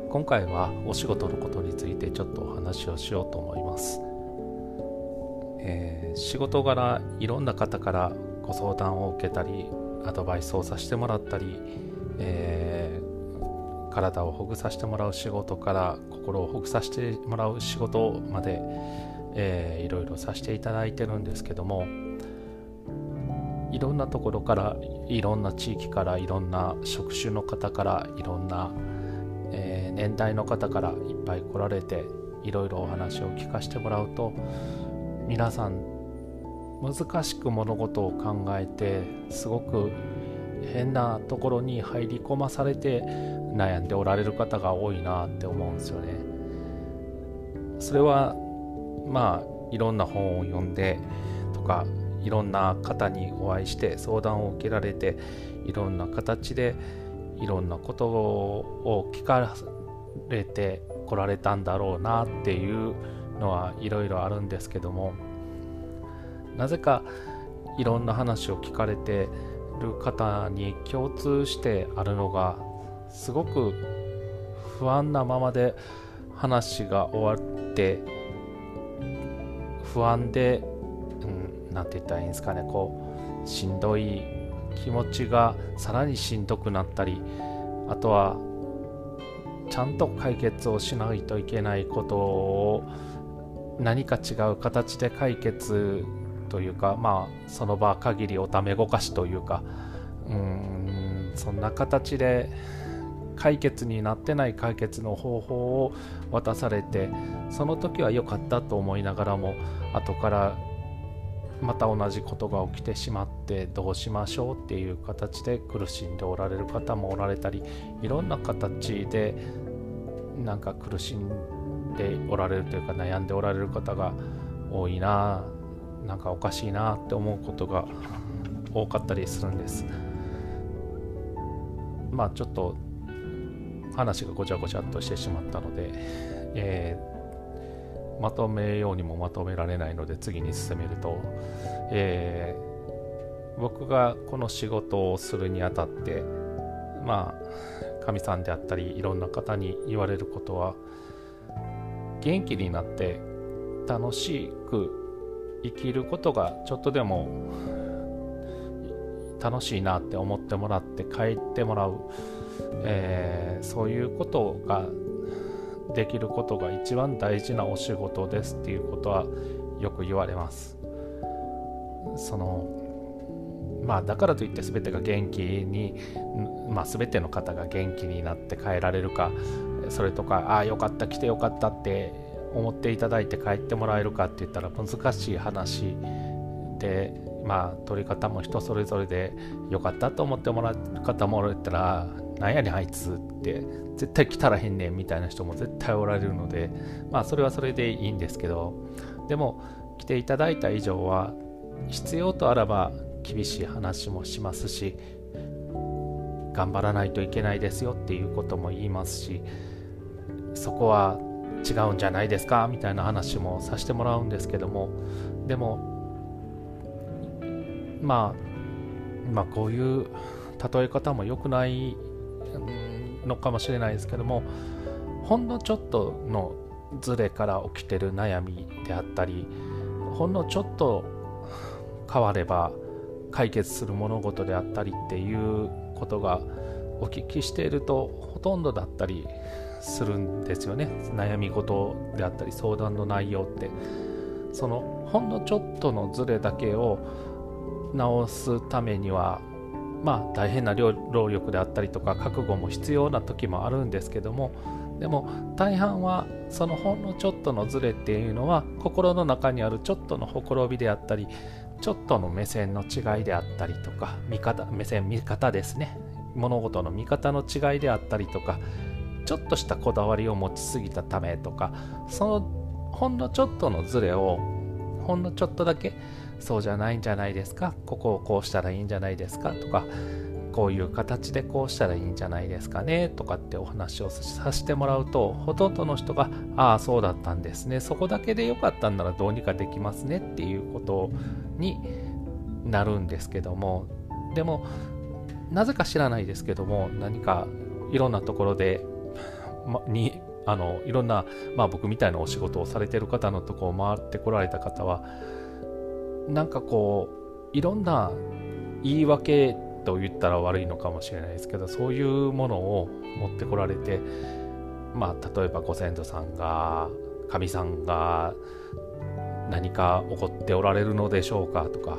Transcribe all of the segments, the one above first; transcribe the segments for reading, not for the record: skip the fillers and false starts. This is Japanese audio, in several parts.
今回はお仕事のことについてちょっとお話をしようと思います。仕事柄いろんな方からご相談を受けたりアドバイスをさせてもらったり、体をほぐさせてもらう仕事から心をほぐさせてもらう仕事まで、いろいろさせていただいてるんですけども、いろんなところからいろんな地域からいろんな職種の方からいろんな、年代の方からいっぱい来られていろいろお話を聞かせてもらうと、皆さん難しく物事を考えてすごく変なところに入り込まされて悩んでおられる方が多いなって思うんですよね。それはいろんな本を読んでとかいろんな方にお会いして相談を受けられていろんな形でいろんなことを聞かれてこられたんだろうなっていうのはいろいろあるんですけども、なぜかいろんな話を聞かれてる方に共通してあるのが、すごく不安なままで話が終わって不安で、なんて言ったらいいんですかね、しんどい気持ちがさらにしんどくなったり、あとはちゃんと解決をしないといけないことを何か違う形で解決というか、その場限りおためごかしというか、そんな形で解決になってない解決の方法を渡されて、その時は良かったと思いながらも後からまた同じことが起きてしまってどうしましょうっていう形で苦しんでおられる方もおられたり、いろんな形でなんか苦しんでおられるというか悩んでおられる方が多いな、なんかおかしいなって思うことが多かったりするんです。ちょっと話がごちゃごちゃっとしてしまったので、まとめようにもまとめられないので次に進めると、僕がこの仕事をするにあたってかみさんであったりいろんな方に言われることは、元気になって楽しく生きることがちょっとでも楽しいなって思ってもらって帰ってもらう、そういうことができることが一番大事なお仕事ですっていうことはよく言われます。だからといって全てが元気に、全ての方が元気になって帰られるか、それとかよかった来てよかったって思っていただいて帰ってもらえるかって言ったら難しい話で、取り方も人それぞれで、よかったと思ってもらう方もおられたらなんやねんあいつって絶対来たらへんねんみたいな人も絶対おられるので、それはそれでいいんですけど、でも来ていただいた以上は必要とあらば厳しい話もしますし、頑張らないといけないですよっていうことも言いますし、そこは違うんじゃないですかみたいな話もさせてもらうんですけども、でもこういう例え方も良くないのかもしれないですけども、ほんのちょっとのズレから起きてる悩みであったり、ほんのちょっと変われば解決する物事であったりっていうことがお聞きしているとほとんどだったりするんですよね。悩み事であったり相談の内容って、そのほんのちょっとのズレだけを直すためには大変な労力であったりとか覚悟も必要な時もあるんですけども、でも大半はそのほんのちょっとのズレっていうのは心の中にあるちょっとのほころびであったり、ちょっとの目線の違いであったりとか、見方ですね、物事の見方の違いであったりとか、ちょっとしたこだわりを持ちすぎたためとか、そのほんのちょっとのズレをほんのちょっとだけそうじゃないんじゃないですか、ここをこうしたらいいんじゃないですかとか、こういう形でこうしたらいいんじゃないですかねとかってお話をさせてもらうと、ほとんどの人がそうだったんですね、そこだけでよかったんならどうにかできますねっていうことになるんですけども、でもなぜか知らないですけども、何かいろんなところでいろんな、僕みたいなお仕事をされてる方のとこを回ってこられた方は、なんかこういろんな言い訳と言ったら悪いのかもしれないですけど、そういうものを持ってこられて、例えばご先祖さんが、神さんが何か起こっておられるのでしょうかとか、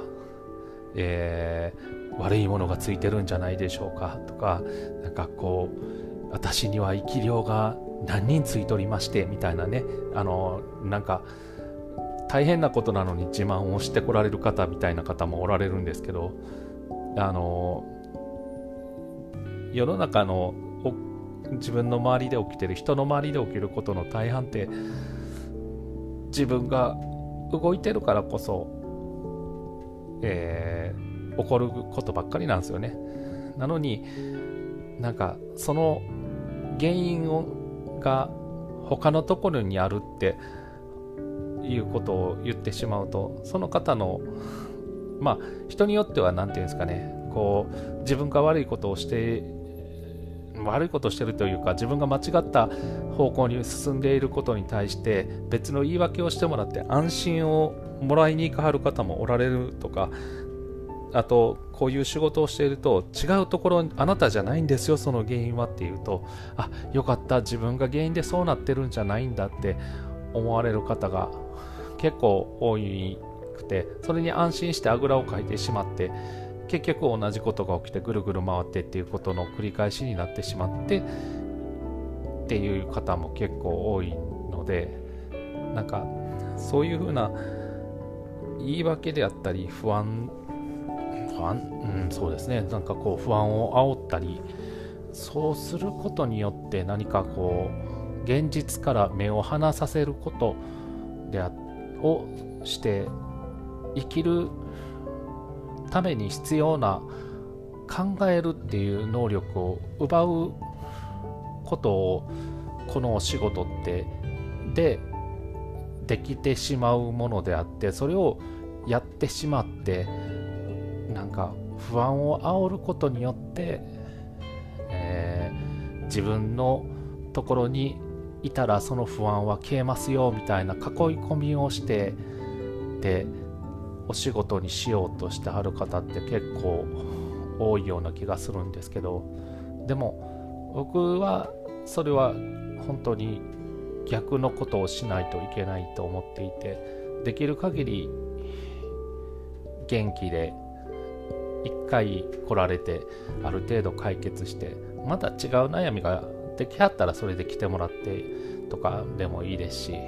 悪いものがついてるんじゃないでしょうかとか、なんかこう私には生き量が何人ついとりましてみたいなね、なんか大変なことなのに自慢をしてこられる方みたいな方もおられるんですけど、世の中の自分の周りで起きてる、人の周りで起きることの大半って自分が動いてるからこそ、起こることばっかりなんですよね。なのになんかその原因が他のところにあるっていうことを言ってしまうと、その方の人によってはなんていうんですかね、こう自分が悪いことをしてるというか、自分が間違った方向に進んでいることに対して別の言い訳をしてもらって安心をもらいに行かはる方もおられるとか、あとこういう仕事をしていると違うところ、あなたじゃないんですよその原因はっていうと、よかった、自分が原因でそうなってるんじゃないんだって思われる方が結構多くて、それに安心してあぐらをかいてしまって、結局同じことが起きてぐるぐる回ってっていうことの繰り返しになってしまってっていう方も結構多いので、なんかそういうふうな言い訳であったりそうですね、なんかこう不安を煽ったり、そうすることによって何かこう現実から目を離させることをして生きるために必要な考えるっていう能力を奪うことをこのお仕事できてしまうものであって、それをやってしまってなんか不安を煽ることによって、自分のところにいたらその不安は消えますよみたいな囲い込みをしてでお仕事にしようとしてはる方って結構多いような気がするんですけど、でも僕はそれは本当に逆のことをしないといけないと思っていて、できる限り元気で一回来られてある程度解決して、また違う悩みができはったらそれで来てもらってとかでもいいですし、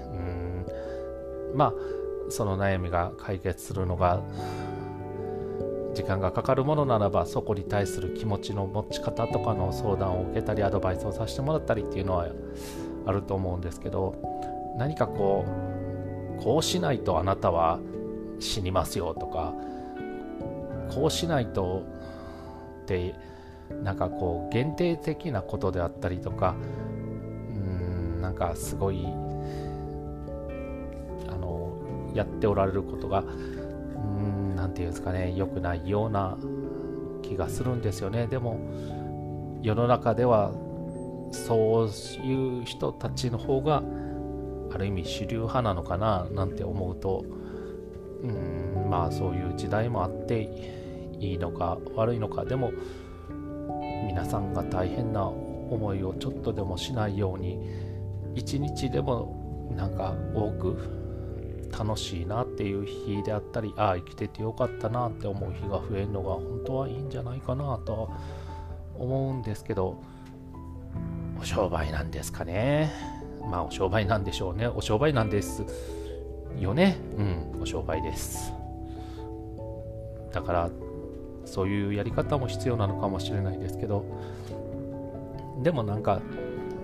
その悩みが解決するのが時間がかかるものならば、そこに対する気持ちの持ち方とかの相談を受けたりアドバイスをさせてもらったりっていうのはあると思うんですけど、何かこうしないとあなたは死にますよとか、こうしないとってなんかこう限定的なことであったりとか、なんかすごいやっておられることがなんていうんですかね、良くないような気がするんですよね。でも世の中ではそういう人たちの方がある意味主流派なのかななんて思うと、そういう時代もあっていいのか悪いのか、でも皆さんが大変な思いをちょっとでもしないように、一日でもなんか多く楽しいなっていう日であったり、生きててよかったなって思う日が増えるのが本当はいいんじゃないかなと思うんですけど、お商売なんですかね。お商売なんでしょうね。お商売なんですよね。お商売です。だからそういうやり方も必要なのかもしれないですけど、でもなんか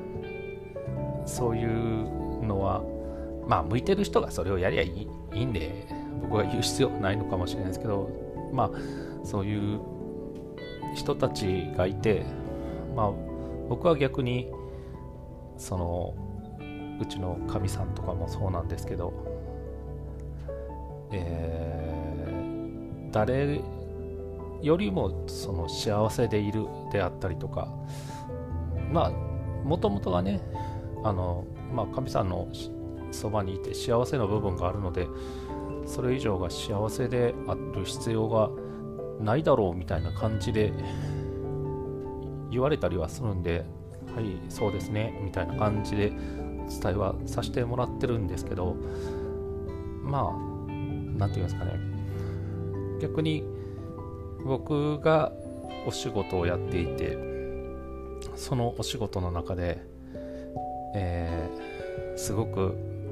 そういうのは向いてる人がそれをやりゃいいんで、僕は言う必要はないのかもしれないですけど、そういう人たちがいて、僕は逆にうちのかみさんとかもそうなんですけど、誰よりも幸せでいるであったりとか、 もともとがね神さんのそばにいて幸せな部分があるので、それ以上が幸せである必要がないだろうみたいな感じで言われたりはするんで、はいそうですねみたいな感じでお伝えはさせてもらってるんですけど、なんていうんですかね、逆に僕がお仕事をやっていて、そのお仕事の中で、すごく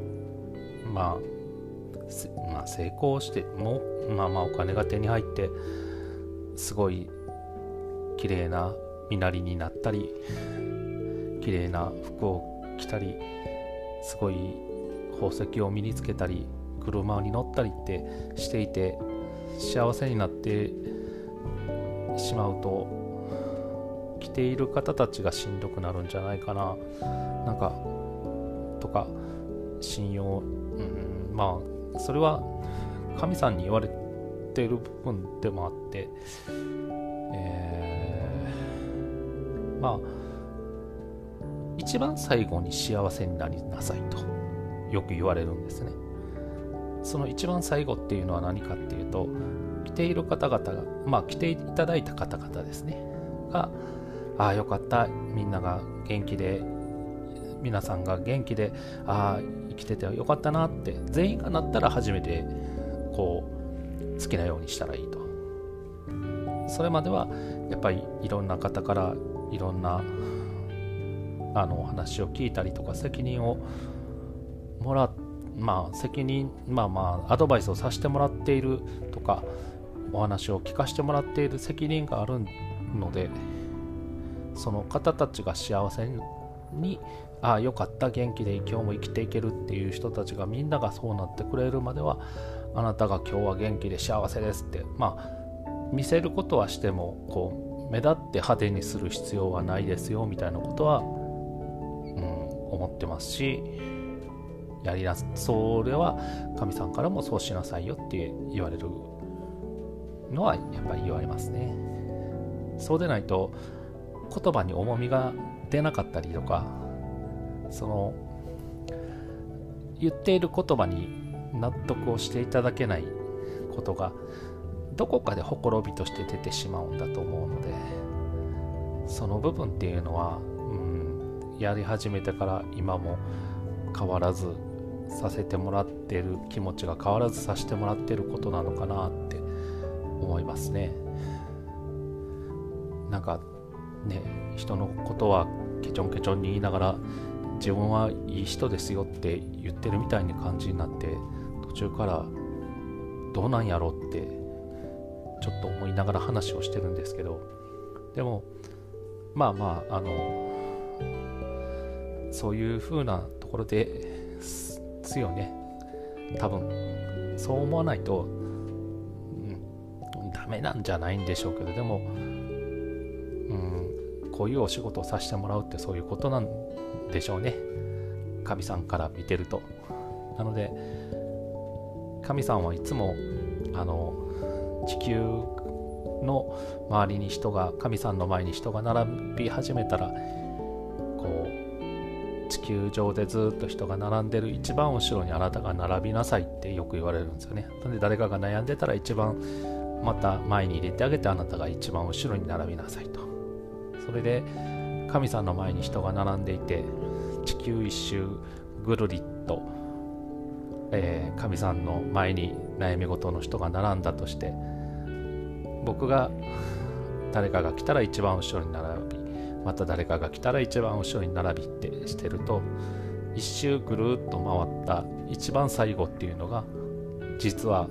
成功してもお金が手に入ってすごい綺麗な身なりになったり、綺麗な服を着たり、すごい宝石を身につけたり車に乗ったりってしていて幸せになってしまうと、着ている方たちがしんどくなるんじゃないかな、なんかとか信用、それは神さんに言われている部分でもあって、一番最後に幸せになりなさいとよく言われるんですね。その一番最後っていうのは何かっていうと、来ている方々が、来ていただいた方々ですねが、よかった、みんなが元気で、皆さんが元気で、生きててよかったなって全員がなったら初めて好きなようにしたらいいと。それまではやっぱりいろんな方からいろんなお話を聞いたりとか、責任をもらっアドバイスをさせてもらっているとか、お話を聞かせてもらっている責任があるので、その方たちが幸せによかった、元気で今日も生きていけるっていう人たちがみんながそうなってくれるまでは、あなたが今日は元気で幸せですって見せることはしても目立って派手にする必要はないですよみたいなことは、思ってますし、それは神さんからもそうしなさいよって言われるのはやっぱり言われますね。そうでないと言葉に重みが出なかったりとか、その言っている言葉に納得をしていただけないことがどこかでほころびとして出てしまうんだと思うので、その部分っていうのは、やり始めてから今も変わらずさせてもらっている、気持ちが変わらずさせてもらっていることなのかなって思いますね。なんかね、人のことはケチョンケチョンに言いながら自分はいい人ですよって言ってるみたいな感じになって、途中からどうなんやろうってちょっと思いながら話をしてるんですけど、でもそういう風なところですよね。多分そう思わないと、ダメなんじゃないんでしょうけど、でも、こういうお仕事をさせてもらうってそういうことなんでしょうね、神さんから見てると。なので神さんはいつも地球の周りに人が、神さんの前に人が並び始めたら、地球上でずっと人が並んでる一番後ろにあなたが並びなさいってよく言われるんですよね。なので誰かが悩んでたら一番また前に入れてあげて、あなたが一番後ろに並びなさいと。それで神さんの前に人が並んでいて、地球一周ぐるりっと、神さんの前に悩み事の人が並んだとして、僕が誰かが来たら一番後ろに並び、また誰かが来たら一番後ろに並びってしてると、一周ぐるっと回った一番最後っていうのが、実は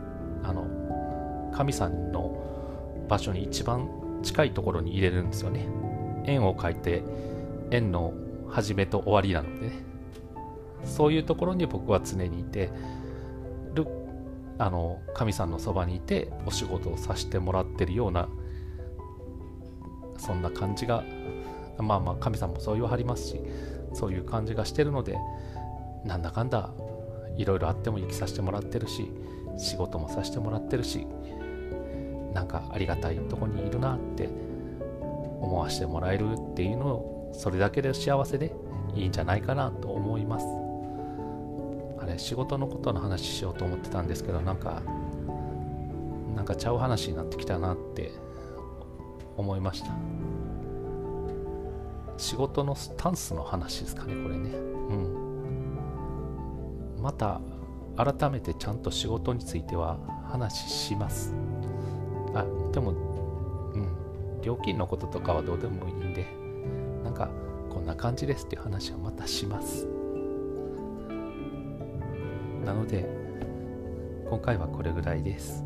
神さんの場所に一番近いところに入れるんですよね。円を描いて円の始めと終わりなのでね、そういうところに僕は常にいてる、神さんのそばにいてお仕事をさせてもらってるような、そんな感じが、神さんもそう言わはりますし、そういう感じがしてるので、なんだかんだいろいろあっても生きさせてもらってるし、仕事もさせてもらってるし、なんかありがたいとこにいるなって思わせてもらえるっていうのをそれだけで幸せでいいんじゃないかなと思います。あれ、仕事のことの話しようと思ってたんですけど、なんかちゃう話になってきたなって思いました。仕事のスタンスの話ですかね、これね。また改めてちゃんと仕事については話します。でも料金のこととかはどうでもいいんで、なんかこんな感じですっていう話はまたします。なので今回はこれぐらいです。